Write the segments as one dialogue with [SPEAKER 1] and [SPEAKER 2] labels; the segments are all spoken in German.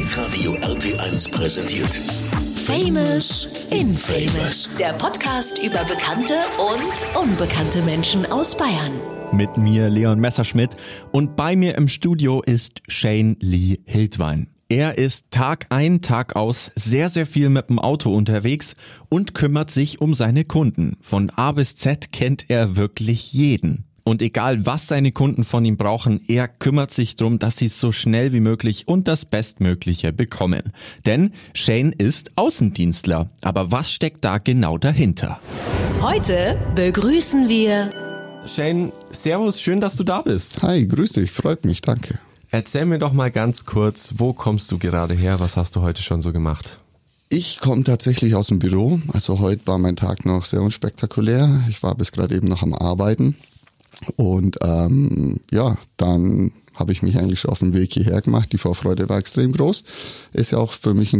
[SPEAKER 1] Hitradio RT1 präsentiert.
[SPEAKER 2] Famous Infamous. Der Podcast über bekannte und unbekannte Menschen aus Bayern.
[SPEAKER 3] Mit mir Leon Messerschmidt und bei mir im Studio ist Shane Lee Hildwein. Er ist Tag ein, Tag aus sehr, sehr viel mit dem Auto unterwegs und kümmert sich um seine Kunden. Von A bis Z kennt er wirklich jeden. Und egal, was seine Kunden von ihm brauchen, er kümmert sich darum, dass sie es so schnell wie möglich und das Bestmögliche bekommen. Denn Shane ist Außendienstler. Aber was steckt da genau dahinter?
[SPEAKER 2] Heute begrüßen wir
[SPEAKER 4] Shane, servus, schön, dass du da bist.
[SPEAKER 5] Hi, grüß dich, freut mich, danke.
[SPEAKER 4] Erzähl mir doch mal ganz kurz, wo kommst du gerade her? Was hast du heute schon so gemacht?
[SPEAKER 5] Ich komme tatsächlich aus dem Büro. Also heute war mein Tag noch sehr unspektakulär. Ich war bis gerade eben noch am Arbeiten. Und dann habe ich mich eigentlich schon auf den Weg hierher gemacht. Die Vorfreude war extrem groß. Ist ja auch für mich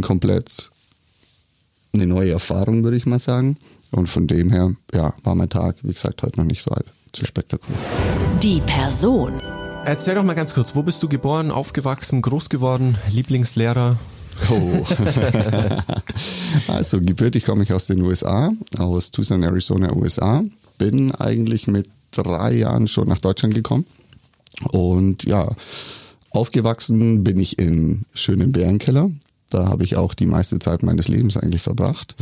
[SPEAKER 5] eine neue Erfahrung, würde ich mal sagen. Und von dem her, war mein Tag, wie gesagt, heute noch nicht so spektakulär.
[SPEAKER 2] die Person.
[SPEAKER 4] Erzähl doch mal ganz kurz, wo bist du geboren, aufgewachsen, groß geworden, Lieblingslehrer?
[SPEAKER 5] Oh. Also gebürtig komme ich aus den USA, aus Tucson, Arizona, USA. Bin eigentlich mit 3 Jahren schon nach Deutschland gekommen. Und aufgewachsen bin ich im schönen Bärenkeller. Da habe ich auch die meiste Zeit meines Lebens eigentlich verbracht.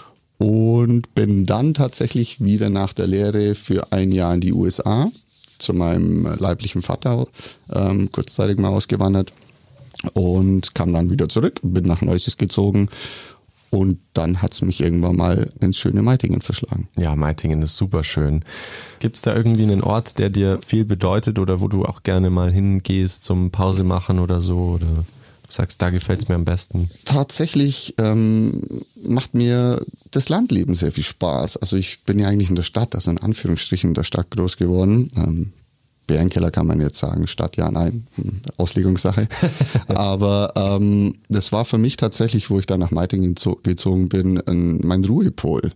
[SPEAKER 5] Und bin dann tatsächlich wieder nach der Lehre für 1 Jahr in die USA zu meinem leiblichen Vater kurzzeitig mal ausgewandert und kam dann wieder zurück, bin nach Neuss gezogen und dann hat es mich irgendwann mal ins schöne Meitingen verschlagen.
[SPEAKER 4] Ja, Meitingen ist super schön. Gibt's da irgendwie einen Ort, der dir viel bedeutet oder wo du auch gerne mal hingehst zum Pause machen oder so? Oder du sagst, da gefällt's mir am besten?
[SPEAKER 5] Tatsächlich macht mir das Landleben sehr viel Spaß. Also ich bin ja eigentlich in der Stadt, also in Anführungsstrichen in der Stadt groß geworden. Bärenkeller kann man jetzt sagen, Stadt, ja, nein, Auslegungssache. Aber das war für mich tatsächlich, wo ich dann nach Meitingen gezogen bin, mein Ruhepol.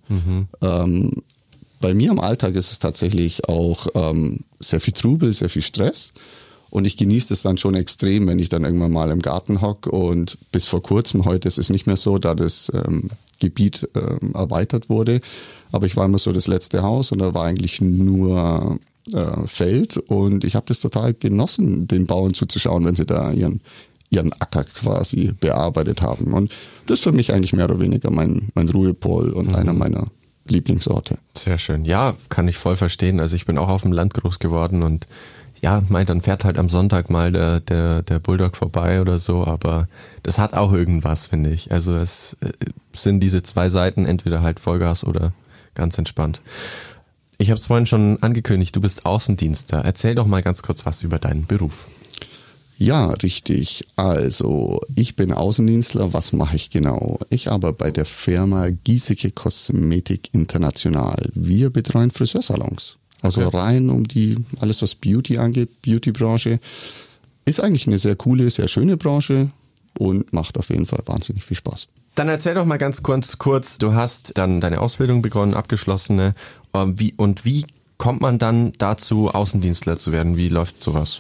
[SPEAKER 5] Bei mir im Alltag ist es tatsächlich auch sehr viel Trubel, sehr viel Stress. Und ich genieße es dann schon extrem, wenn ich dann irgendwann mal im Garten hocke. Und bis vor kurzem, heute ist es nicht mehr so, da das Gebiet erweitert wurde. Aber ich war immer so das letzte Haus und da war eigentlich nur Feld. Und ich habe das total genossen, den Bauern zuzuschauen, wenn sie da ihren Acker quasi bearbeitet haben. Und das ist für mich eigentlich mehr oder weniger mein Ruhepol und einer meiner Lieblingsorte.
[SPEAKER 4] Sehr schön. Ja, kann ich voll verstehen. Also ich bin auch auf dem Land groß geworden und dann fährt halt am Sonntag mal der Bulldog vorbei oder so, aber das hat auch irgendwas, finde ich. Also es sind diese 2 Seiten, entweder halt Vollgas oder ganz entspannt. Ich habe es vorhin schon angekündigt, du bist Außendienstler. Erzähl doch mal ganz kurz was über deinen Beruf.
[SPEAKER 5] Ja, richtig. Also, ich bin Außendienstler. Was mache ich genau? Ich arbeite bei der Firma Giesecke Kosmetik International. Wir betreuen Friseursalons. Also rein um alles was Beauty angeht, Beauty-Branche. Ist eigentlich eine sehr coole, sehr schöne Branche und macht auf jeden Fall wahnsinnig viel Spaß.
[SPEAKER 4] Dann erzähl doch mal ganz kurz, du hast dann deine Ausbildung begonnen, abgeschlossene. Wie kommt man dann dazu, Außendienstler zu werden? Wie läuft sowas?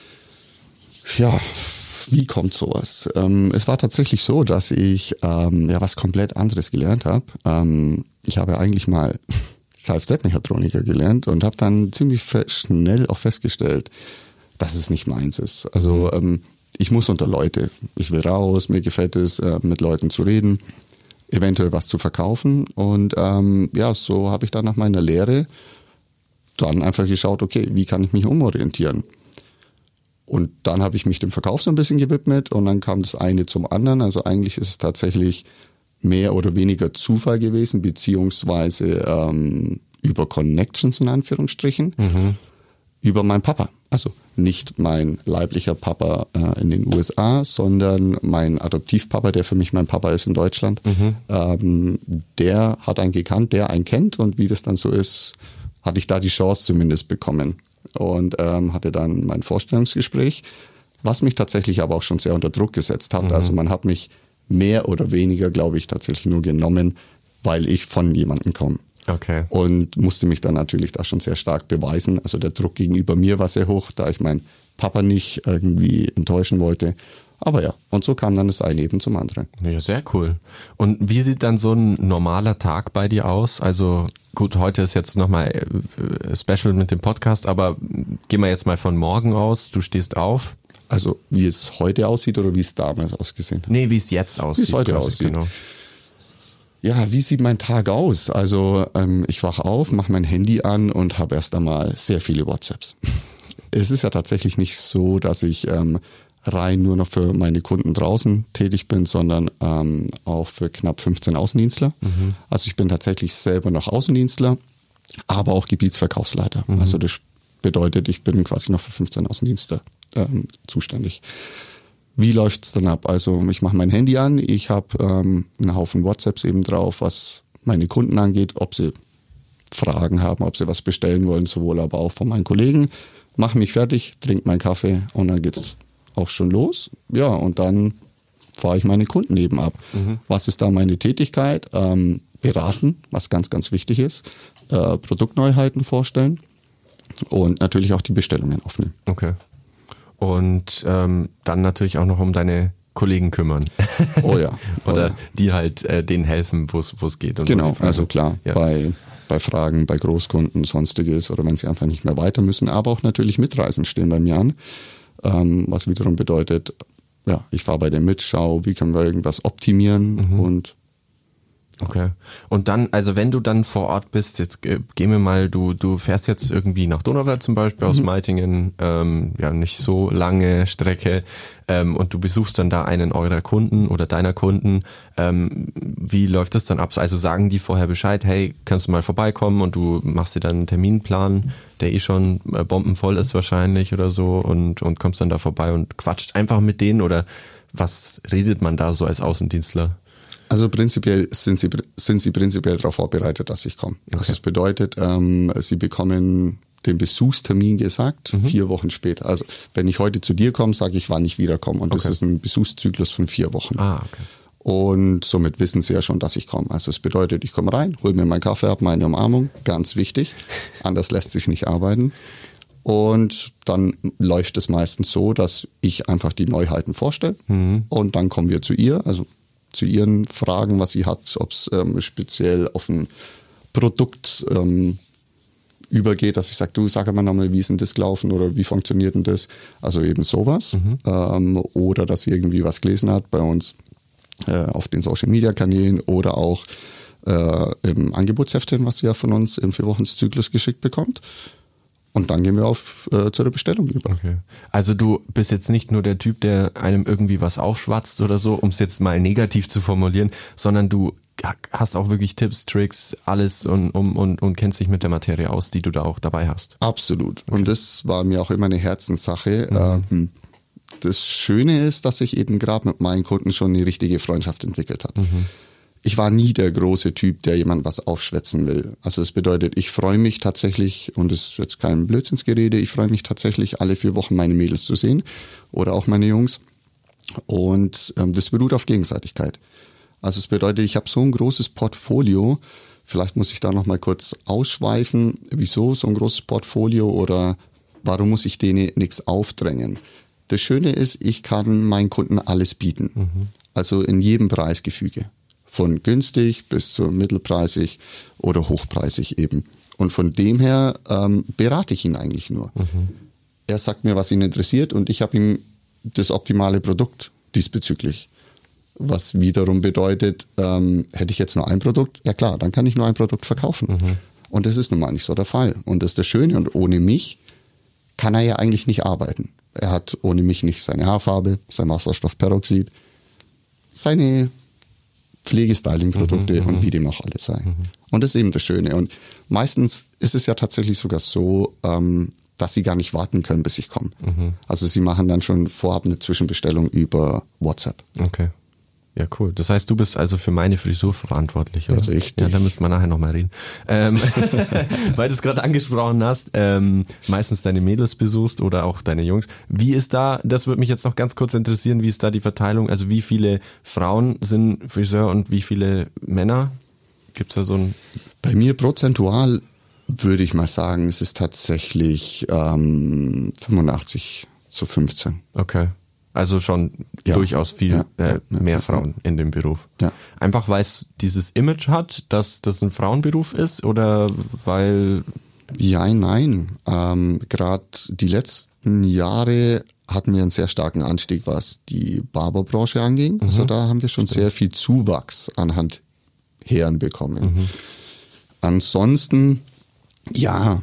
[SPEAKER 5] Ja, wie kommt sowas? Es war tatsächlich so, dass ich was komplett anderes gelernt habe. Ich habe eigentlich mal Kfz-Mechatroniker gelernt und habe dann ziemlich schnell auch festgestellt, dass es nicht meins ist. Also ich muss unter Leute. Ich will raus, mir gefällt es, mit Leuten zu reden, eventuell was zu verkaufen. Und so habe ich dann nach meiner Lehre dann einfach geschaut, okay, wie kann ich mich umorientieren? Und dann habe ich mich dem Verkauf so ein bisschen gewidmet und dann kam das eine zum anderen. Also eigentlich ist es tatsächlich mehr oder weniger Zufall gewesen, beziehungsweise über Connections in Anführungsstrichen, über meinen Papa. Also nicht mein leiblicher Papa in den USA, sondern mein Adoptivpapa, der für mich mein Papa ist in Deutschland. Der hat einen gekannt, der einen kennt und wie das dann so ist, hatte ich da die Chance zumindest bekommen und hatte dann mein Vorstellungsgespräch, was mich tatsächlich aber auch schon sehr unter Druck gesetzt hat. Also man hat mich mehr oder weniger, glaube ich, tatsächlich nur genommen, weil ich von jemandem komme.
[SPEAKER 4] Okay.
[SPEAKER 5] Und musste mich dann natürlich da schon sehr stark beweisen. Also der Druck gegenüber mir war sehr hoch, da ich meinen Papa nicht irgendwie enttäuschen wollte. Aber ja, und so kam dann das eine eben zum anderen.
[SPEAKER 4] Ja, sehr cool. Und wie sieht dann so ein normaler Tag bei dir aus? Also gut, heute ist jetzt nochmal Special mit dem Podcast, aber gehen wir jetzt mal von morgen aus. Du stehst auf.
[SPEAKER 5] Also wie es heute aussieht oder wie es damals ausgesehen hat?
[SPEAKER 4] Nee, wie es jetzt aussieht.
[SPEAKER 5] Wie es heute aussieht.
[SPEAKER 4] Genau.
[SPEAKER 5] Ja, wie sieht mein Tag aus? Also ich wache auf, mache mein Handy an und habe erst einmal sehr viele WhatsApps. Es ist ja tatsächlich nicht so, dass ich rein nur noch für meine Kunden draußen tätig bin, sondern auch für knapp 15 Außendienstler. Also ich bin tatsächlich selber noch Außendienstler, aber auch Gebietsverkaufsleiter. Also das bedeutet, ich bin quasi noch für 15 Außendienstler zuständig. Wie läuft's dann ab? Also ich mache mein Handy an, ich habe einen Haufen WhatsApps eben drauf, was meine Kunden angeht, ob sie Fragen haben, ob sie was bestellen wollen, sowohl aber auch von meinen Kollegen. Mache mich fertig, trinke meinen Kaffee und dann geht's auch schon los. Ja, und dann fahre ich meine Kunden eben ab. Was ist da meine Tätigkeit? Beraten, was ganz, ganz wichtig ist. Produktneuheiten vorstellen und natürlich auch die Bestellungen aufnehmen.
[SPEAKER 4] Okay. Und dann natürlich auch noch um deine Kollegen kümmern.
[SPEAKER 5] Oh ja.
[SPEAKER 4] Oder die halt denen helfen, wo es geht. Und
[SPEAKER 5] genau,
[SPEAKER 4] so
[SPEAKER 5] also klar,
[SPEAKER 4] ja.
[SPEAKER 5] bei Fragen, bei Großkunden, sonstiges oder wenn sie einfach nicht mehr weiter müssen, aber auch natürlich Mitreisen stehen bei mir an, was wiederum bedeutet, ja, ich fahre bei der Mitschau, wie können wir irgendwas optimieren und
[SPEAKER 4] okay. Und dann, also wenn du dann vor Ort bist, jetzt gehen wir mal, du fährst jetzt irgendwie nach Donauwörth zum Beispiel aus Meitingen, ja nicht so lange Strecke, und du besuchst dann da einen eurer Kunden oder deiner Kunden. Wie läuft das dann ab? Also sagen die vorher Bescheid, hey, kannst du mal vorbeikommen und du machst dir dann einen Terminplan, der schon bombenvoll ist wahrscheinlich oder so und kommst dann da vorbei und quatscht einfach mit denen oder was redet man da so als Außendienstler?
[SPEAKER 5] Also prinzipiell sind sie prinzipiell darauf vorbereitet, dass ich komme. Okay. Also das bedeutet, sie bekommen den Besuchstermin gesagt, 4 Wochen später. Also wenn ich heute zu dir komme, sage ich, wann ich wiederkomme. Und das ist ein Besuchszyklus von 4 Wochen.
[SPEAKER 4] Ah, okay.
[SPEAKER 5] Und somit wissen sie ja schon, dass ich komme. Also das bedeutet, ich komme rein, hole mir meinen Kaffee ab, meine Umarmung, ganz wichtig. Anders lässt sich nicht arbeiten. Und dann läuft es meistens so, dass ich einfach die Neuheiten vorstelle. Und dann kommen wir zu ihr, also zu ihren Fragen, was sie hat, ob es speziell auf ein Produkt übergeht, dass ich sage, du sag mal nochmal, wie ist denn das gelaufen oder wie funktioniert denn das? Also eben sowas. Oder dass sie irgendwie was gelesen hat bei uns auf den Social-Media-Kanälen oder auch im Angebotsheft, was sie ja von uns im 4-Wochen-Zyklus geschickt bekommt. Und dann gehen wir zu der Bestellung über.
[SPEAKER 4] Okay. Also du bist jetzt nicht nur der Typ, der einem irgendwie was aufschwatzt oder so, um es jetzt mal negativ zu formulieren, sondern du hast auch wirklich Tipps, Tricks, alles und kennst dich mit der Materie aus, die du da auch dabei hast.
[SPEAKER 5] Absolut. Okay. Und das war mir auch immer eine Herzenssache. Das Schöne ist, dass sich eben gerade mit meinen Kunden schon eine richtige Freundschaft entwickelt hat. Ich war nie der große Typ, der jemand was aufschwätzen will. Also das bedeutet, ich freue mich tatsächlich, und das ist jetzt kein Blödsinnsgerede, ich freue mich tatsächlich alle 4 Wochen meine Mädels zu sehen oder auch meine Jungs. Und das beruht auf Gegenseitigkeit. Also es bedeutet, ich habe so ein großes Portfolio, vielleicht muss ich da nochmal kurz ausschweifen, wieso so ein großes Portfolio oder warum muss ich denen nichts aufdrängen. Das Schöne ist, ich kann meinen Kunden alles bieten, also in jedem Preisgefüge. Von günstig bis zu mittelpreisig oder hochpreisig eben. Und von dem her berate ich ihn eigentlich nur. Er sagt mir, was ihn interessiert und ich habe ihm das optimale Produkt diesbezüglich. Was wiederum bedeutet, hätte ich jetzt nur ein Produkt, ja klar, dann kann ich nur ein Produkt verkaufen. Und das ist nun mal nicht so der Fall. Und das ist das Schöne. Und ohne mich kann er ja eigentlich nicht arbeiten. Er hat ohne mich nicht seine Haarfarbe, sein Wasserstoffperoxid, seine Pflegestyling-Produkte und wie dem auch alles sei. Und das ist eben das Schöne. Und meistens ist es ja tatsächlich sogar so, dass sie gar nicht warten können, bis ich komme. Also sie machen dann schon vorab eine Zwischenbestellung über WhatsApp.
[SPEAKER 4] Okay. Ja, cool. Das heißt, du bist also für meine Frisur verantwortlich, oder?
[SPEAKER 5] Ja, richtig.
[SPEAKER 4] Ja, da müssen wir nachher nochmal reden. Weil du es gerade angesprochen hast, meistens deine Mädels besuchst oder auch deine Jungs. Wie ist da, das würde mich jetzt noch ganz kurz interessieren, wie ist da die Verteilung? Also wie viele Frauen sind Friseur und wie viele Männer? Gibt's da so ein...
[SPEAKER 5] Bei mir prozentual würde ich mal sagen, es ist tatsächlich 85:15.
[SPEAKER 4] Okay. Also schon durchaus viel mehr Frauen in dem Beruf.
[SPEAKER 5] Ja.
[SPEAKER 4] Einfach weil es dieses Image hat, dass das ein Frauenberuf ist oder weil...
[SPEAKER 5] Ja, nein. Gerade die letzten Jahre hatten wir einen sehr starken Anstieg, was die Barberbranche anging. Also da haben wir schon sehr viel Zuwachs anhand Herren bekommen. Ansonsten, ja,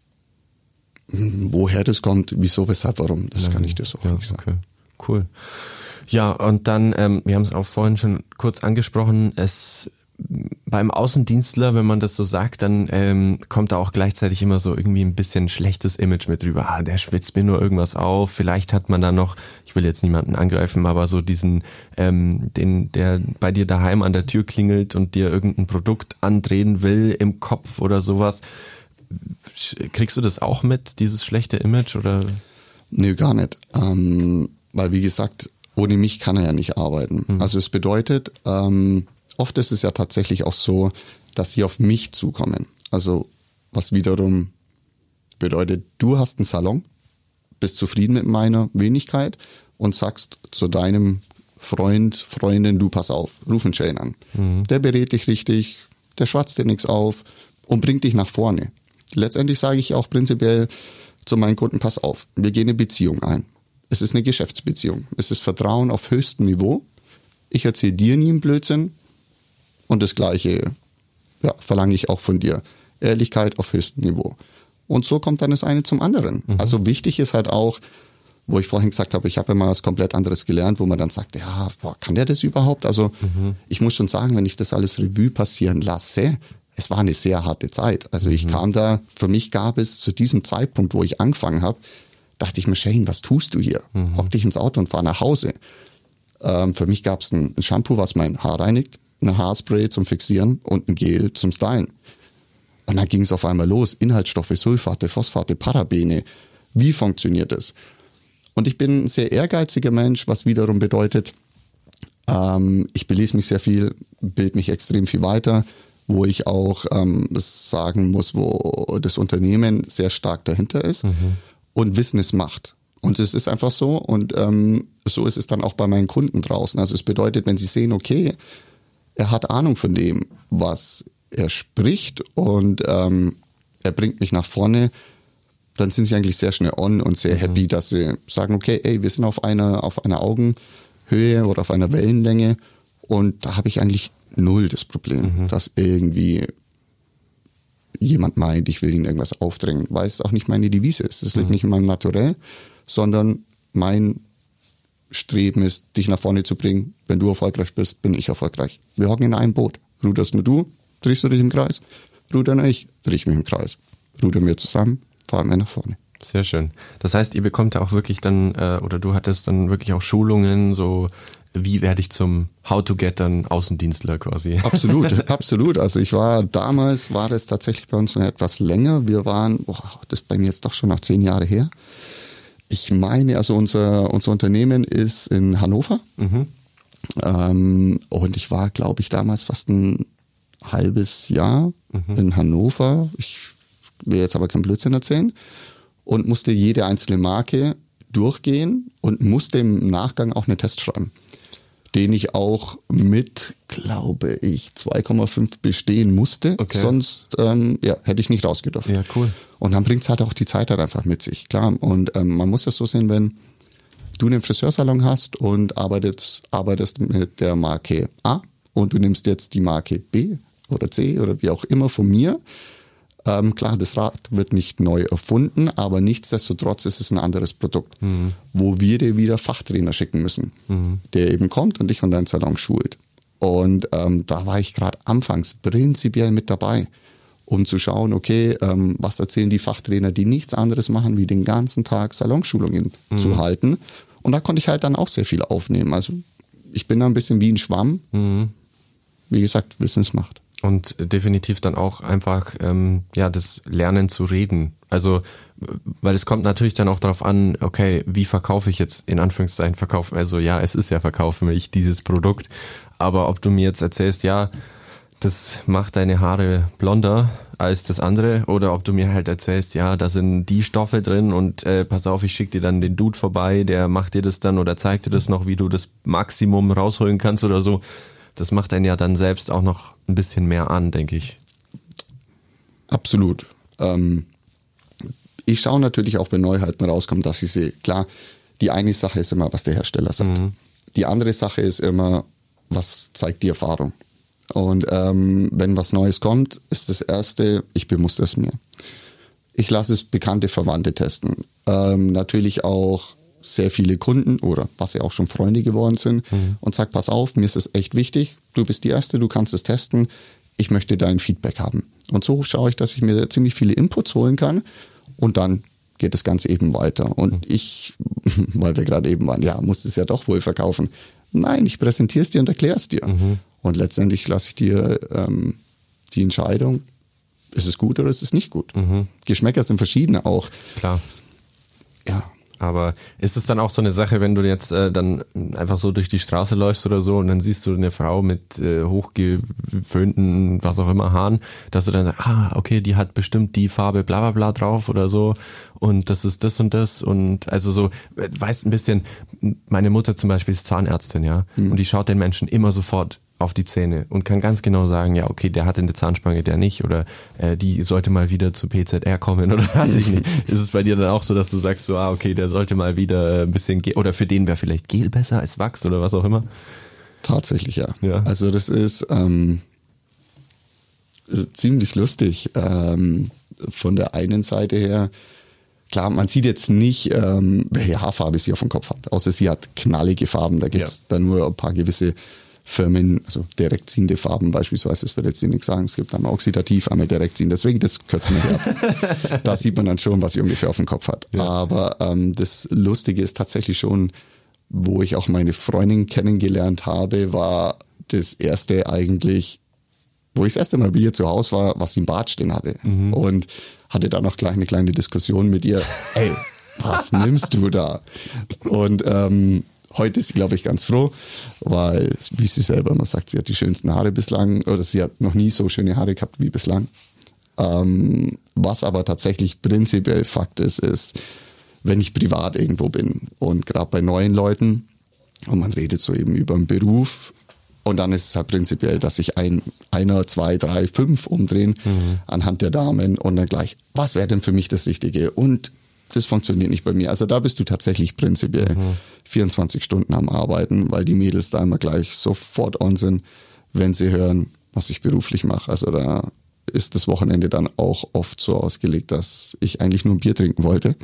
[SPEAKER 5] woher das kommt, wieso, weshalb, warum, das kann ich dir so nicht sagen.
[SPEAKER 4] Okay. Cool. Ja, und dann, wir haben es auch vorhin schon kurz angesprochen, beim Außendienstler, wenn man das so sagt, dann kommt da auch gleichzeitig immer so irgendwie ein bisschen schlechtes Image mit drüber. Der schwitzt mir nur irgendwas auf. Vielleicht hat man da noch, ich will jetzt niemanden angreifen, aber so diesen, der bei dir daheim an der Tür klingelt und dir irgendein Produkt andrehen will im Kopf oder sowas. Kriegst du das auch mit, dieses schlechte Image, oder?
[SPEAKER 5] Nö, gar nicht. Weil wie gesagt, ohne mich kann er ja nicht arbeiten. Also es bedeutet, oft ist es ja tatsächlich auch so, dass sie auf mich zukommen. Also was wiederum bedeutet, du hast einen Salon, bist zufrieden mit meiner Wenigkeit und sagst zu deinem Freund, Freundin, du pass auf, ruf einen Shane an. Der berät dich richtig, der schwatzt dir nichts auf und bringt dich nach vorne. Letztendlich sage ich auch prinzipiell zu meinen Kunden, pass auf, wir gehen eine Beziehung ein. Es ist eine Geschäftsbeziehung. Es ist Vertrauen auf höchstem Niveau. Ich erzähle dir nie einen Blödsinn. Und das Gleiche verlange ich auch von dir. Ehrlichkeit auf höchstem Niveau. Und so kommt dann das eine zum anderen. Also wichtig ist halt auch, wo ich vorhin gesagt habe, ich habe ja mal was komplett anderes gelernt, wo man dann sagt, ja, kann der das überhaupt? Also ich muss schon sagen, wenn ich das alles Revue passieren lasse, es war eine sehr harte Zeit. Also ich kam da, für mich gab es zu diesem Zeitpunkt, wo ich angefangen habe, dachte ich mir, Shane, was tust du hier? Hock dich ins Auto und fahr nach Hause. Für mich gab es ein Shampoo, was mein Haar reinigt, ein Haarspray zum Fixieren und ein Gel zum Stylen. Und dann ging es auf einmal los. Inhaltsstoffe, Sulfate, Phosphate, Parabene. Wie funktioniert das? Und ich bin ein sehr ehrgeiziger Mensch, was wiederum bedeutet, ich belese mich sehr viel, bilde mich extrem viel weiter, wo ich auch sagen muss, wo das Unternehmen sehr stark dahinter ist und Wissen es macht. Und es ist einfach so und so ist es dann auch bei meinen Kunden draußen. Also es bedeutet, wenn sie sehen, okay, er hat Ahnung von dem, was er spricht und er bringt mich nach vorne, dann sind sie eigentlich sehr schnell on und sehr happy, dass sie sagen, okay, ey, wir sind auf einer Augenhöhe oder auf einer Wellenlänge und da habe ich eigentlich null das Problem, dass irgendwie jemand meint, ich will ihnen irgendwas aufdrängen, weil es auch nicht meine Devise ist. Es liegt nicht in meinem Naturell, sondern mein Streben ist, dich nach vorne zu bringen. Wenn du erfolgreich bist, bin ich erfolgreich. Wir hocken in einem Boot. Ruderst nur du, drehst du dich im Kreis. Ruder nur ich, dreh ich mich im Kreis. Rudern wir zusammen, fahren wir nach vorne.
[SPEAKER 4] Sehr schön. Das heißt, ihr bekommt ja auch wirklich dann, oder du hattest dann wirklich auch Schulungen, so wie werde ich zum How-to-Get dann Außendienstler quasi?
[SPEAKER 5] Absolut, absolut. Also damals war das tatsächlich bei uns noch etwas länger. Wir waren, das ist bei mir jetzt doch schon nach 10 Jahre her. Ich meine, also unser Unternehmen ist in Hannover. Und ich war, glaube ich, damals fast ein halbes Jahr in Hannover. Ich will jetzt aber keinen Blödsinn erzählen. Und musste jede einzelne Marke durchgehen und musste im Nachgang auch einen Test schreiben, den ich auch mit, glaube ich, 2,5 bestehen musste. Okay. Sonst hätte ich nicht rausgehen dürfen.
[SPEAKER 4] Ja, cool.
[SPEAKER 5] Und dann bringt es halt auch die Zeit halt einfach mit sich, klar. Und man muss das so sehen, wenn du einen Friseursalon hast und arbeitest mit der Marke A und du nimmst jetzt die Marke B oder C oder wie auch immer von mir. Klar, das Rad wird nicht neu erfunden, aber nichtsdestotrotz ist es ein anderes Produkt, wo wir dir wieder Fachtrainer schicken müssen, der eben kommt und dich und deinen Salon schult. Und da war ich gerade anfangs prinzipiell mit dabei, um zu schauen, okay, was erzählen die Fachtrainer, die nichts anderes machen, wie den ganzen Tag Salonschulungen zu halten. Und da konnte ich halt dann auch sehr viel aufnehmen. Also ich bin da ein bisschen wie ein Schwamm. Wie gesagt, Wissensmacht.
[SPEAKER 4] Und definitiv dann auch einfach das Lernen zu reden. Also, weil es kommt natürlich dann auch darauf an, okay, wie verkaufe ich jetzt in Anführungszeichen verkaufen? Also ja, es ist ja verkaufen ich dieses Produkt. Aber ob du mir jetzt erzählst, ja, das macht deine Haare blonder als das andere, oder ob du mir halt erzählst, ja, da sind die Stoffe drin und pass auf, ich schicke dir dann den Dude vorbei, der macht dir das dann oder zeigt dir das noch, wie du das Maximum rausholen kannst oder so. Das macht einen ja dann selbst auch noch ein bisschen mehr an, denke ich.
[SPEAKER 5] Absolut. Ich schaue natürlich auch, wenn Neuheiten rauskommen, dass ich sehe, klar, die eine Sache ist immer, was der Hersteller sagt. Die andere Sache ist immer, was zeigt die Erfahrung. Und wenn was Neues kommt, ist das Erste, ich bemuster es mir. Ich lasse es bekannte Verwandte testen. Natürlich auch sehr viele Kunden oder was ja auch schon Freunde geworden sind und sag, pass auf, mir ist es echt wichtig, du bist die Erste, du kannst es testen, ich möchte dein Feedback haben. Und so schaue ich, dass ich mir ziemlich viele Inputs holen kann und dann geht das Ganze eben weiter. Und ich, weil wir gerade eben waren, ja, musst es ja doch wohl verkaufen. Nein, ich präsentiere es dir und erkläre es dir. Und letztendlich lasse ich dir die Entscheidung, ist es gut oder ist es nicht gut. Geschmäcker sind verschiedene auch.
[SPEAKER 4] Klar.
[SPEAKER 5] Ja.
[SPEAKER 4] Aber ist es dann auch so eine Sache, wenn du jetzt dann einfach so durch die Straße läufst oder so und dann siehst du eine Frau mit hochgeföhnten, was auch immer, Haaren, dass du dann sagst, okay, die hat bestimmt die Farbe bla bla bla drauf oder so und das ist das und das und also so, weißt ein bisschen, meine Mutter zum Beispiel ist Zahnärztin, ja, und die schaut den Menschen immer sofort auf die Zähne und kann ganz genau sagen, ja, okay, der hat eine Zahnspange, der nicht, oder die sollte mal wieder zu PZR kommen oder weiß ich nicht. Ist es bei dir dann auch so, dass du sagst so, okay, der sollte mal wieder ein bisschen oder für den wäre vielleicht Gel besser als Wachs oder was auch immer?
[SPEAKER 5] Tatsächlich, ja. Also das ist ziemlich lustig. Von der einen Seite her, klar, man sieht jetzt nicht, welche Haarfarbe sie auf dem Kopf hat, außer sie hat knallige Farben, da gibt's dann nur ein paar gewisse Firmen, also direkt ziehende Farben beispielsweise, das wird jetzt nichts sagen, es gibt einmal oxidativ, einmal direkt ziehen, deswegen das kürzt man ab. Da sieht man dann schon, was sie ungefähr auf dem Kopf hat. Ja. Aber das Lustige ist tatsächlich schon, wo ich auch meine Freundin kennengelernt habe, war das erste eigentlich, wo ich das erste Mal bei ihr zu Hause war, was sie im Bad stehen hatte. Und hatte dann noch gleich eine kleine Diskussion mit ihr, ey, was nimmst du da? Und heute ist sie, glaube ich, ganz froh, weil, wie sie selber immer sagt, sie hat die schönsten Haare bislang, oder sie hat noch nie so schöne Haare gehabt wie bislang. Was aber tatsächlich prinzipiell Fakt ist, wenn ich privat irgendwo bin und gerade bei neuen Leuten und man redet so eben über einen Beruf und dann ist es halt prinzipiell, dass sich einer, zwei, drei, fünf umdrehen anhand der Damen und dann gleich, was wäre denn für mich das Richtige? Und das funktioniert nicht bei mir. Also da bist du tatsächlich prinzipiell 24 Stunden am Arbeiten, weil die Mädels da immer gleich sofort on sind, wenn sie hören, was ich beruflich mache. Also da ist das Wochenende dann auch oft so ausgelegt, dass ich eigentlich nur ein Bier trinken wollte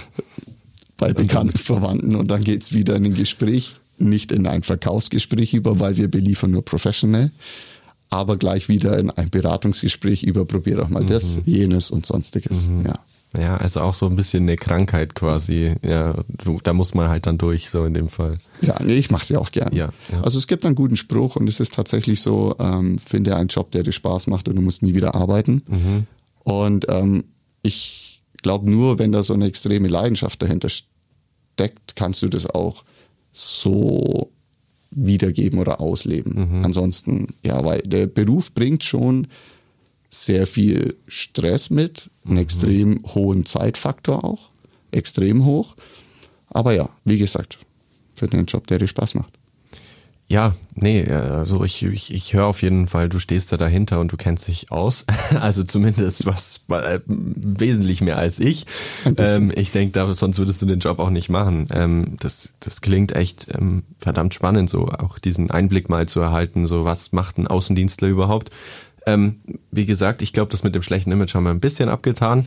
[SPEAKER 5] bei bekannten Verwandten und dann geht's wieder in ein Gespräch, nicht in ein Verkaufsgespräch über, weil wir beliefern nur professionell, aber gleich wieder in ein Beratungsgespräch über, probier doch mal das, jenes und sonstiges, ja.
[SPEAKER 4] Ja, also auch so ein bisschen eine Krankheit quasi. Ja, da muss man halt dann durch, so in dem Fall.
[SPEAKER 5] Ja, nee, ich mache es ja auch gern.
[SPEAKER 4] Ja.
[SPEAKER 5] Also es gibt einen guten Spruch und es ist tatsächlich so, finde einen Job, der dir Spaß macht und du musst nie wieder arbeiten. Und ich glaube nur, wenn da so eine extreme Leidenschaft dahinter steckt, kannst du das auch so wiedergeben oder ausleben. Ansonsten, ja, weil der Beruf bringt schon sehr viel Stress mit, einen extrem hohen Zeitfaktor auch, extrem hoch. Aber ja, wie gesagt, für einen Job, der dir Spaß macht.
[SPEAKER 4] Ja, nee, also ich höre auf jeden Fall, du stehst da dahinter und du kennst dich aus. Also zumindest was wesentlich mehr als ich. Ich denke, sonst würdest du den Job auch nicht machen. Das klingt echt verdammt spannend, so auch diesen Einblick mal zu erhalten, so was macht ein Außendienstler überhaupt. Wie gesagt, ich glaube, das mit dem schlechten Image haben wir ein bisschen abgetan.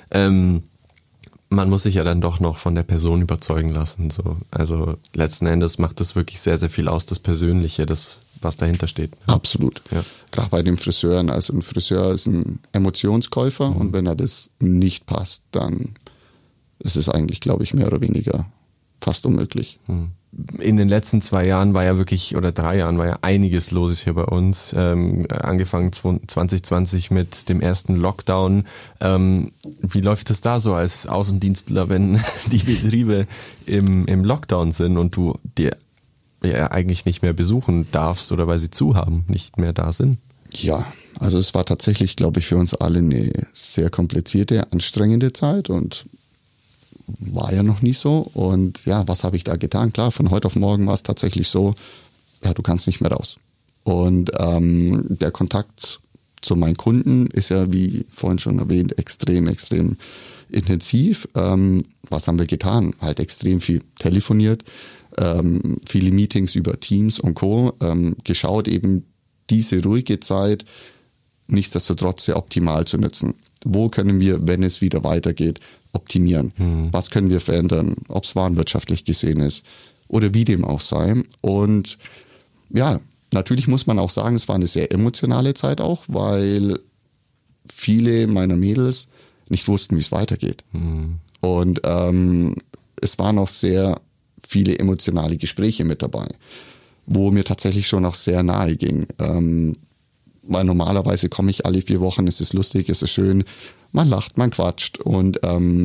[SPEAKER 4] Man muss sich ja dann doch noch von der Person überzeugen lassen. So. Also letzten Endes macht das wirklich sehr, sehr viel aus, das Persönliche, das, was dahinter steht.
[SPEAKER 5] Absolut.
[SPEAKER 4] Ja.
[SPEAKER 5] Gerade bei den Friseuren. Also ein Friseur ist ein Emotionskäufer und wenn er das nicht passt, dann ist es eigentlich, glaube ich, mehr oder weniger fast unmöglich.
[SPEAKER 4] In den letzten 2 Jahren war ja wirklich, oder 3 Jahren war ja einiges los hier bei uns. Angefangen 2020 mit dem ersten Lockdown. Wie läuft es da so als Außendienstler, wenn die Betriebe im Lockdown sind und du dir ja eigentlich nicht mehr besuchen darfst oder weil sie zu haben, nicht mehr da sind?
[SPEAKER 5] Ja, also es war tatsächlich, glaube ich, für uns alle eine sehr komplizierte, anstrengende Zeit und war ja noch nie so. Und ja, was habe ich da getan? Klar, von heute auf morgen war es tatsächlich so, ja, du kannst nicht mehr raus. Und der Kontakt zu meinen Kunden ist ja, wie vorhin schon erwähnt, extrem intensiv. Was haben wir getan? Halt extrem viel telefoniert, viele Meetings über Teams und Co. Geschaut, eben diese ruhige Zeit nichtsdestotrotz sehr optimal zu nutzen. Wo können wir, wenn es wieder weitergeht, optimieren? Was können wir verändern? Ob es warenwirtschaftlich gesehen ist oder wie dem auch sei. Und ja, natürlich muss man auch sagen, es war eine sehr emotionale Zeit auch, weil viele meiner Mädels nicht wussten, wie es weitergeht. Und es waren auch sehr viele emotionale Gespräche mit dabei, wo mir tatsächlich schon auch sehr nahe ging. Weil normalerweise komme ich alle 4 Wochen, es ist lustig, es ist schön, man lacht, man quatscht und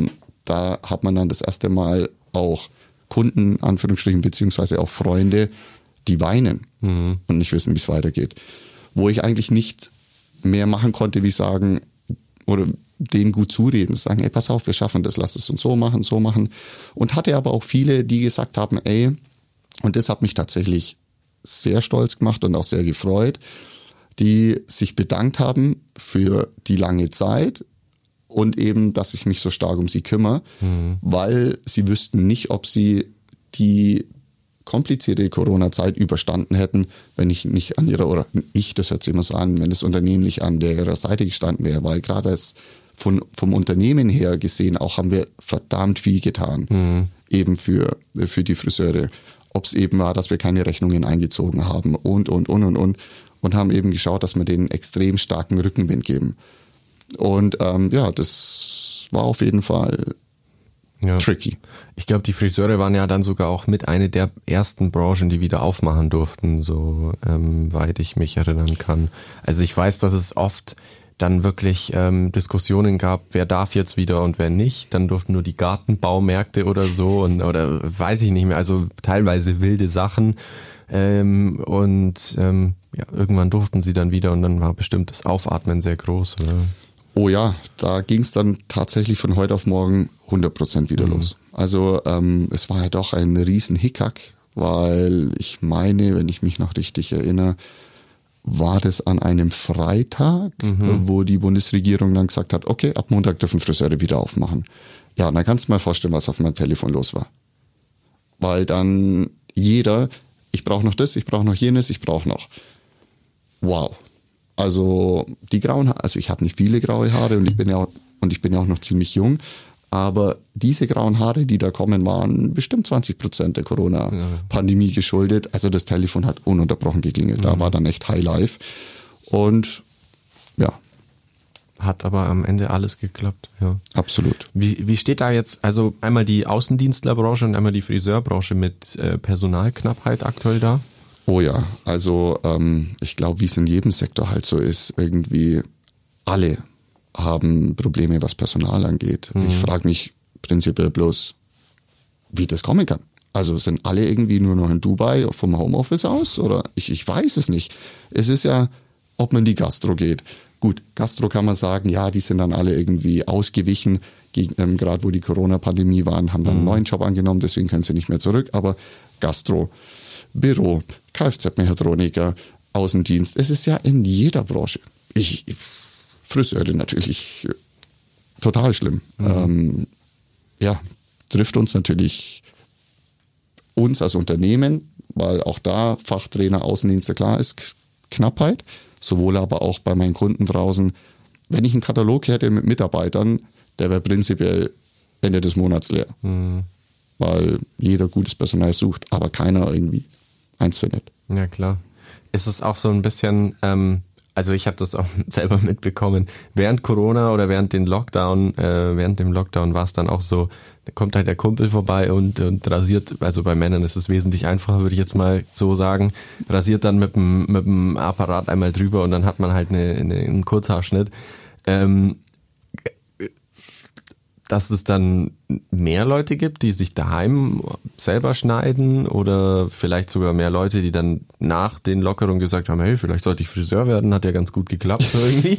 [SPEAKER 5] da hat man dann das erste Mal auch Kunden, Anführungsstrichen, beziehungsweise auch Freunde, die weinen und nicht wissen, wie es weitergeht. Wo ich eigentlich nicht mehr machen konnte, wie sagen, oder denen gut zureden, sagen, ey, pass auf, wir schaffen das, lass es uns so machen. Und hatte aber auch viele, die gesagt haben, ey, und das hat mich tatsächlich sehr stolz gemacht und auch sehr gefreut, die sich bedankt haben für die lange Zeit und eben, dass ich mich so stark um sie kümmere, weil sie wüssten nicht, ob sie die komplizierte Corona-Zeit überstanden hätten, wenn ich nicht an ihrer, oder ich, das hört sich immer so an, wenn das Unternehmen nicht an ihrer Seite gestanden wäre, weil gerade vom Unternehmen her gesehen auch haben wir verdammt viel getan, eben für die Friseure. Ob es eben war, dass wir keine Rechnungen eingezogen haben und haben eben geschaut, dass wir denen extrem starken Rückenwind geben. Und ja, das war auf jeden Fall tricky.
[SPEAKER 4] Ich glaube, die Friseure waren ja dann sogar auch mit eine der ersten Branchen, die wieder aufmachen durften, so weit ich mich erinnern kann. Also ich weiß, dass es oft dann wirklich Diskussionen gab, wer darf jetzt wieder und wer nicht. Dann durften nur die Gartenbaumärkte oder so oder weiß ich nicht mehr. Also teilweise wilde Sachen. Ja, irgendwann durften sie dann wieder und dann war bestimmt das Aufatmen sehr groß, oder?
[SPEAKER 5] Oh ja, da ging es dann tatsächlich von heute auf morgen 100% wieder los. Also es war ja doch ein riesen Hickhack, weil ich meine, wenn ich mich noch richtig erinnere, war das an einem Freitag, wo die Bundesregierung dann gesagt hat, okay, ab Montag dürfen Friseure wieder aufmachen. Ja, und dann kannst du mal vorstellen, was auf meinem Telefon los war. Weil dann jeder, ich brauche noch das, ich brauche noch jenes, ich brauche noch. Wow. Also die grauen Haare, also ich habe nicht viele graue Haare und ich bin ja auch noch ziemlich jung, aber diese grauen Haare, die da kommen, waren bestimmt 20% der Corona-Pandemie geschuldet. Also das Telefon hat ununterbrochen geklingelt. Da war dann echt Highlife. Und ja.
[SPEAKER 4] Hat aber am Ende alles geklappt, ja.
[SPEAKER 5] Absolut.
[SPEAKER 4] Wie steht da jetzt, also einmal die Außendienstlerbranche und einmal die Friseurbranche mit Personalknappheit aktuell da?
[SPEAKER 5] Oh ja, also ich glaube, wie es in jedem Sektor halt so ist, irgendwie alle haben Probleme, was Personal angeht. Ich frage mich prinzipiell bloß, wie das kommen kann. Also sind alle irgendwie nur noch in Dubai vom Homeoffice aus? Oder ich weiß es nicht. Es ist ja, ob man in die Gastro geht. Gut, Gastro kann man sagen, ja, die sind dann alle irgendwie ausgewichen, gerade wo die Corona-Pandemie waren, haben dann einen neuen Job angenommen, deswegen können sie nicht mehr zurück. Aber Gastro, Büro, Kfz-Mechatroniker, Außendienst, es ist ja in jeder Branche. Friseure natürlich total schlimm. Ja, trifft uns natürlich, uns als Unternehmen, weil auch da Fachtrainer, Außendienste, klar ist Knappheit, sowohl aber auch bei meinen Kunden draußen. Wenn ich einen Katalog hätte mit Mitarbeitern, der wäre prinzipiell Ende des Monats leer. Weil jeder gutes Personal sucht, aber keiner irgendwie eins findet.
[SPEAKER 4] Ja, klar. Ist es auch so ein bisschen, also ich habe das auch selber mitbekommen, während Corona oder während dem Lockdown war es dann auch so, da kommt halt der Kumpel vorbei und rasiert, also bei Männern ist es wesentlich einfacher, würde ich jetzt mal so sagen, rasiert dann mit dem Apparat einmal drüber und dann hat man halt einen Kurzhaarschnitt. Dass es dann mehr Leute gibt, die sich daheim selber schneiden oder vielleicht sogar mehr Leute, die dann nach den Lockerungen gesagt haben, hey, vielleicht sollte ich Friseur werden, hat ja ganz gut geklappt so irgendwie.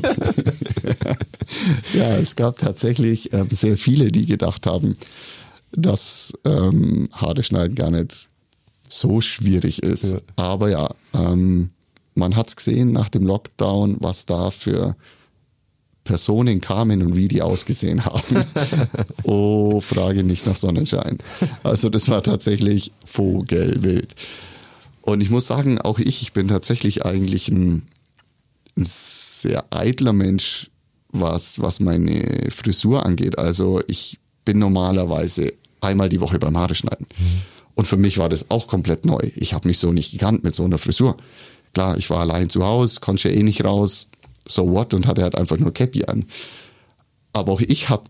[SPEAKER 5] Ja, es gab tatsächlich sehr viele, die gedacht haben, dass Haare schneiden gar nicht so schwierig ist. Ja. Aber ja, man hat's gesehen nach dem Lockdown, was da für Personen kamen und wie die ausgesehen haben. Oh, frage nicht nach Sonnenschein. Also das war tatsächlich vogelwild. Und ich muss sagen, auch ich bin tatsächlich eigentlich ein sehr eitler Mensch, was meine Frisur angeht. Also ich bin normalerweise einmal die Woche beim Haare schneiden. Und für mich war das auch komplett neu. Ich habe mich so nicht gekannt mit so einer Frisur. Klar, ich war allein zu Hause, konnte ja eh nicht raus. So what? Und hatte halt einfach nur Cappy an. Aber auch ich habe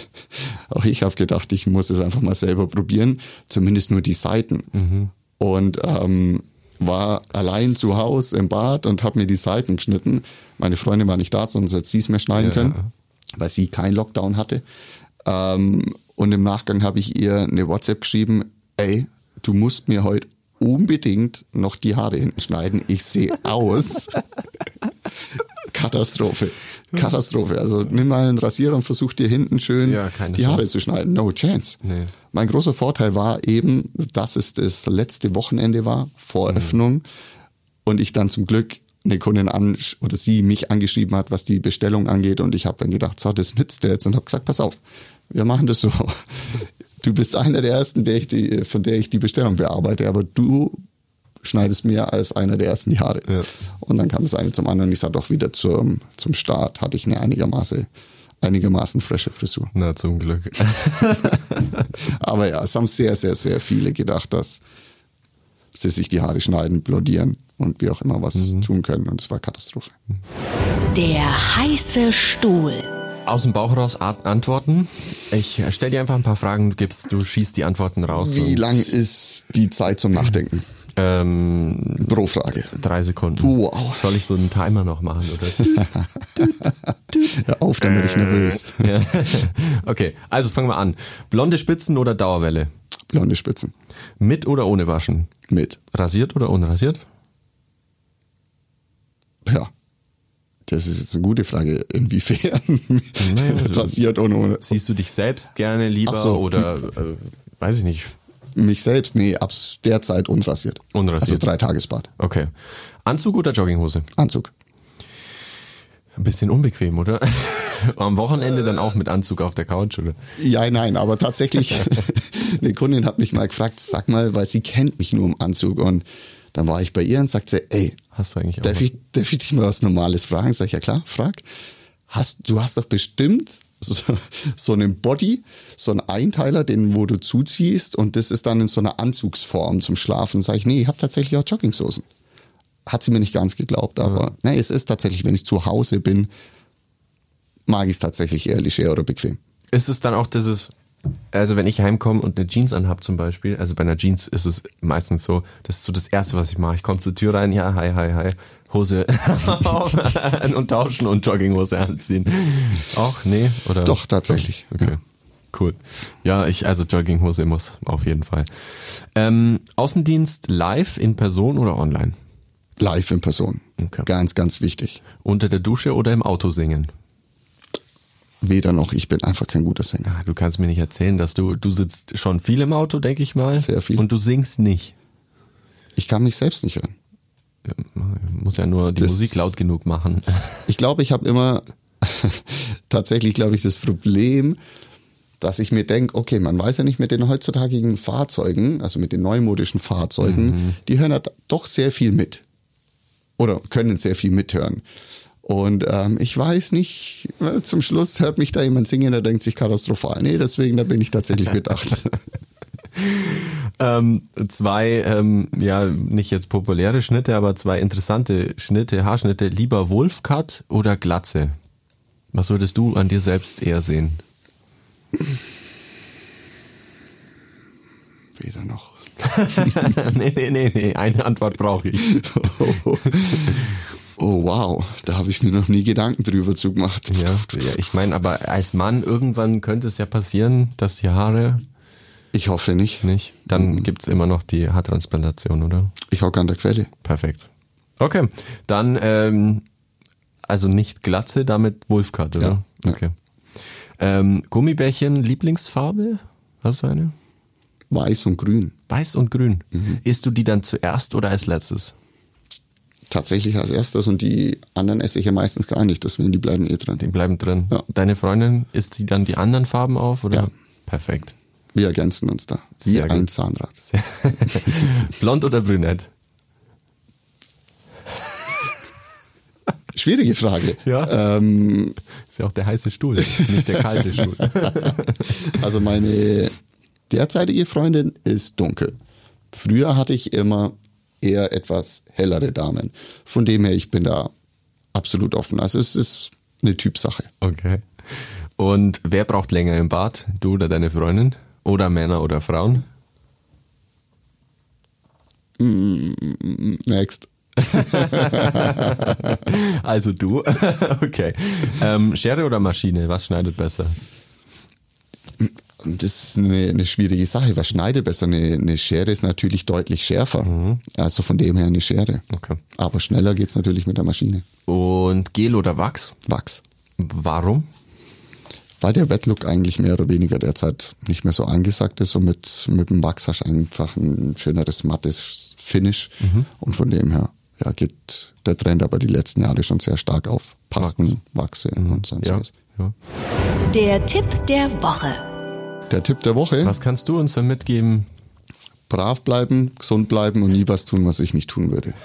[SPEAKER 5] gedacht, ich muss es einfach mal selber probieren. Zumindest nur die Seiten. Und war allein zu Hause im Bad und habe mir die Seiten geschnitten. Meine Freundin war nicht da, sonst hätte sie es mehr schneiden können, weil sie keinen Lockdown hatte. Und im Nachgang habe ich ihr eine WhatsApp geschrieben, ey, du musst mir heute unbedingt noch die Haare hinten schneiden. Ich sehe aus. Katastrophe. Also nimm mal einen Rasierer und versuch dir hinten schön die Haare zu schneiden. No chance. Nee. Mein großer Vorteil war eben, dass es das letzte Wochenende war, vor Öffnung. Und ich dann zum Glück eine Kundin oder sie mich angeschrieben hat, was die Bestellung angeht. Und ich habe dann gedacht, so, das nützt dir jetzt. Und habe gesagt, pass auf, wir machen das so. Du bist einer der Ersten, von der ich die Bestellung bearbeite, aber du schneidest mir als einer der Ersten die Haare. Ja. Und dann kam das eine zum anderen. Ich sah doch wieder zum Start, hatte ich eine einigermaßen frische Frisur.
[SPEAKER 4] Na, zum Glück.
[SPEAKER 5] Aber ja, es haben sehr, sehr, sehr viele gedacht, dass sie sich die Haare schneiden, blondieren und wie auch immer was tun können. Und es war Katastrophe.
[SPEAKER 2] Der heiße Stuhl.
[SPEAKER 4] Aus dem Bauch raus antworten. Ich stelle dir einfach ein paar Fragen, du schießt die Antworten raus.
[SPEAKER 5] Wie lang ist die Zeit zum Nachdenken? Pro Frage.
[SPEAKER 4] 3 Sekunden.
[SPEAKER 5] Wow.
[SPEAKER 4] Soll ich so einen Timer noch machen? Oder?
[SPEAKER 5] Hör auf, dann werde ich nervös.
[SPEAKER 4] Ja. Okay, also fangen wir an. Blonde Spitzen oder Dauerwelle?
[SPEAKER 5] Blonde Spitzen.
[SPEAKER 4] Mit oder ohne Waschen?
[SPEAKER 5] Mit.
[SPEAKER 4] Rasiert oder unrasiert?
[SPEAKER 5] Ja. Das ist jetzt eine gute Frage. Inwiefern? Rasiert oder ohne?
[SPEAKER 4] Siehst du dich selbst gerne lieber oder weiß ich nicht?
[SPEAKER 5] Mich selbst? Nee, ab der Zeit unrasiert.
[SPEAKER 4] Unrasiert.
[SPEAKER 5] Also 3 Tagesbad.
[SPEAKER 4] Okay. Anzug oder Jogginghose?
[SPEAKER 5] Anzug.
[SPEAKER 4] Ein bisschen unbequem, oder? Am Wochenende dann auch mit Anzug auf der Couch, oder?
[SPEAKER 5] Ja, nein, aber tatsächlich, eine Kundin hat mich mal gefragt, sag mal, weil sie kennt mich nur im Anzug. Und dann war ich bei ihr und sagte, ey,
[SPEAKER 4] hast du eigentlich auch
[SPEAKER 5] darf ich dich mal was Normales fragen? Sag ich, ja klar, frag. Du hast doch bestimmt so einen Body, so einen Einteiler, wo du zuziehst und das ist dann in so einer Anzugsform zum Schlafen. Sag ich, nee, ich habe tatsächlich auch Jogginghosen. Hat sie mir nicht ganz geglaubt, aber nee, es ist tatsächlich, wenn ich zu Hause bin, mag ich es tatsächlich eher leger oder bequem.
[SPEAKER 4] Ist es dann auch also wenn ich heimkomme und eine Jeans anhab zum Beispiel, also bei einer Jeans ist es meistens so, das ist so das Erste, was ich mache. Ich komme zur Tür rein, ja, hi, Hose und tauschen und Jogginghose anziehen. Auch, nee? Oder?
[SPEAKER 5] Doch, tatsächlich.
[SPEAKER 4] Okay, ja. Cool. Ja, also Jogginghose muss, auf jeden Fall. Außendienst live, in Person oder online?
[SPEAKER 5] Live in Person. Okay. Ganz, ganz wichtig.
[SPEAKER 4] Unter der Dusche oder im Auto singen?
[SPEAKER 5] Weder noch, ich bin einfach kein guter Sänger.
[SPEAKER 4] Du kannst mir nicht erzählen, dass du sitzt schon viel im Auto, denke ich mal.
[SPEAKER 5] Sehr viel.
[SPEAKER 4] Und du singst nicht.
[SPEAKER 5] Ich kann mich selbst nicht hören.
[SPEAKER 4] Ja, muss ja nur die Musik laut genug machen.
[SPEAKER 5] Ich glaube, ich habe immer tatsächlich, das Problem, dass ich mir denke, okay, man weiß ja nicht mit den heutzutage Fahrzeugen, also mit den neumodischen Fahrzeugen, die hören ja doch sehr viel mit. Oder können sehr viel mithören. Und ich weiß nicht, zum Schluss hört mich da jemand singen, der denkt sich katastrophal. Nee, deswegen, da bin ich tatsächlich bedacht.
[SPEAKER 4] 2, nicht jetzt populäre Schnitte, aber 2 interessante Haarschnitte. Lieber Wolfcut oder Glatze? Was würdest du an dir selbst eher sehen?
[SPEAKER 5] Weder noch.
[SPEAKER 4] Nee, eine Antwort brauche ich.
[SPEAKER 5] Oh wow, da habe ich mir noch nie Gedanken drüber zugemacht.
[SPEAKER 4] Ja, ich meine, aber als Mann irgendwann könnte es ja passieren, dass die Haare
[SPEAKER 5] Ich hoffe nicht.
[SPEAKER 4] Dann gibt's immer noch die Haartransplantation, oder?
[SPEAKER 5] Ich hocke an der Quelle.
[SPEAKER 4] Perfekt. Okay, dann also nicht Glatze, damit Wolfcut, oder?
[SPEAKER 5] Ja.
[SPEAKER 4] Okay. Gummibärchen, Lieblingsfarbe? Hast du eine?
[SPEAKER 5] Weiß und grün.
[SPEAKER 4] Weiß und grün. Isst du die dann zuerst oder als letztes?
[SPEAKER 5] Tatsächlich als erstes und die anderen esse ich ja meistens gar nicht, deswegen die bleiben drin.
[SPEAKER 4] Die bleiben drin.
[SPEAKER 5] Ja.
[SPEAKER 4] Deine Freundin, isst die dann die anderen Farben auf, oder?
[SPEAKER 5] Ja.
[SPEAKER 4] Perfekt.
[SPEAKER 5] Wir ergänzen uns da. Wie
[SPEAKER 4] Sehr gut.
[SPEAKER 5] ein Zahnrad.
[SPEAKER 4] Blond oder brünett?
[SPEAKER 5] Schwierige Frage.
[SPEAKER 4] Ja. Ist ja auch der heiße Stuhl, nicht der kalte Stuhl.
[SPEAKER 5] Also meine derzeitige Freundin ist dunkel. Früher hatte ich immer eher etwas hellere Damen. Von dem her, ich bin da absolut offen. Also es ist eine Typsache.
[SPEAKER 4] Okay. Und wer braucht länger im Bad? Du oder deine Freundin? Oder Männer oder Frauen?
[SPEAKER 5] Next.
[SPEAKER 4] Also du. Okay. Schere oder Maschine? Was schneidet besser?
[SPEAKER 5] Das ist eine schwierige Sache. Was schneidet besser? Eine Schere ist natürlich deutlich schärfer. Also von dem her eine Schere.
[SPEAKER 4] Okay.
[SPEAKER 5] Aber schneller geht's natürlich mit der Maschine.
[SPEAKER 4] Und Gel oder Wachs?
[SPEAKER 5] Wachs.
[SPEAKER 4] Warum?
[SPEAKER 5] Weil der Wet-Look eigentlich mehr oder weniger derzeit nicht mehr so angesagt ist und mit dem Wachs hast du einfach ein schöneres, mattes Finish. Und von dem her geht der Trend aber die letzten Jahre schon sehr stark auf Pasten, Wachse und sonst was.
[SPEAKER 4] Ja.
[SPEAKER 2] Der Tipp der Woche.
[SPEAKER 5] Der Tipp der Woche:
[SPEAKER 4] Was kannst du uns denn mitgeben?
[SPEAKER 5] Brav bleiben, gesund bleiben und nie was tun, was ich nicht tun würde.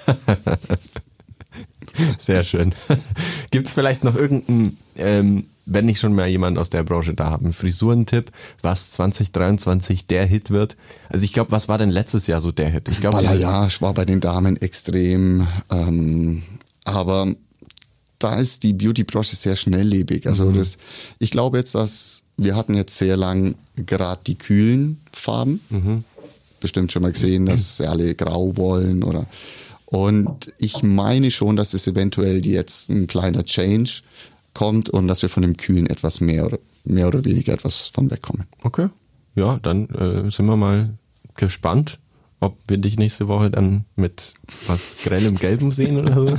[SPEAKER 4] Sehr schön. Gibt es vielleicht noch irgendeinen, wenn ich schon mal jemanden aus der Branche da habe, einen Frisurentipp, was 2023 der Hit wird? Also ich glaube, was war denn letztes Jahr so der Hit? Ich glaube,
[SPEAKER 5] Balayage war bei den Damen extrem, aber da ist die Beauty-Branche sehr schnelllebig. Also ich glaube jetzt, dass wir hatten jetzt sehr lang gerade die kühlen Farben. Bestimmt schon mal gesehen, dass alle grau wollen oder. Und ich meine schon, dass es eventuell jetzt ein kleiner Change kommt und dass wir von dem Kühlen etwas mehr oder weniger etwas von wegkommen.
[SPEAKER 4] Okay. Ja, dann sind wir mal gespannt, ob wir dich nächste Woche dann mit was grellem Gelbem sehen oder so.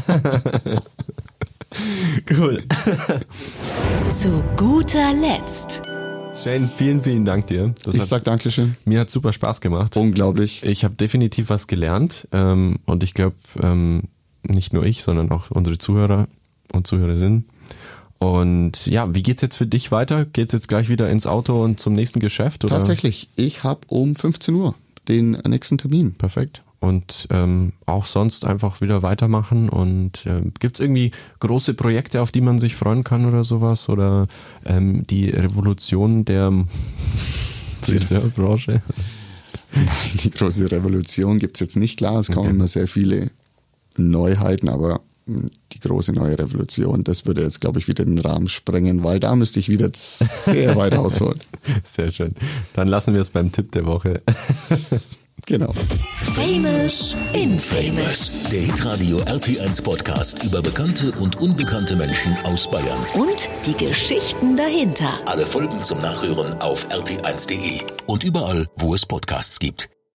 [SPEAKER 4] Cool.
[SPEAKER 2] Zu guter Letzt.
[SPEAKER 4] Shane, vielen, vielen Dank dir.
[SPEAKER 5] Ich sag Dankeschön.
[SPEAKER 4] Mir hat super Spaß gemacht.
[SPEAKER 5] Unglaublich.
[SPEAKER 4] Ich habe definitiv was gelernt und ich glaube, nicht nur ich, sondern auch unsere Zuhörer und Zuhörerinnen. Und ja, wie geht's jetzt für dich weiter? Geht's jetzt gleich wieder ins Auto und zum nächsten Geschäft? Oder?
[SPEAKER 5] Tatsächlich, ich habe um 15 Uhr den nächsten Termin.
[SPEAKER 4] Perfekt. Und auch sonst einfach wieder weitermachen. Und gibt's irgendwie große Projekte, auf die man sich freuen kann oder sowas? Oder die Revolution der Friseurbranche?
[SPEAKER 5] Nein, die große Revolution gibt's jetzt nicht, klar. Es kommen immer sehr viele Neuheiten, aber die große neue Revolution, das würde jetzt, glaube ich, wieder den Rahmen sprengen, weil da müsste ich wieder sehr weit ausholen.
[SPEAKER 4] Sehr schön. Dann lassen wir es beim Tipp der Woche.
[SPEAKER 5] Genau.
[SPEAKER 2] Famous Infamous.
[SPEAKER 1] Der Hitradio RT1 Podcast über bekannte und unbekannte Menschen aus Bayern.
[SPEAKER 2] Und die Geschichten dahinter.
[SPEAKER 1] Alle Folgen zum Nachhören auf rt1.de und überall, wo es Podcasts gibt.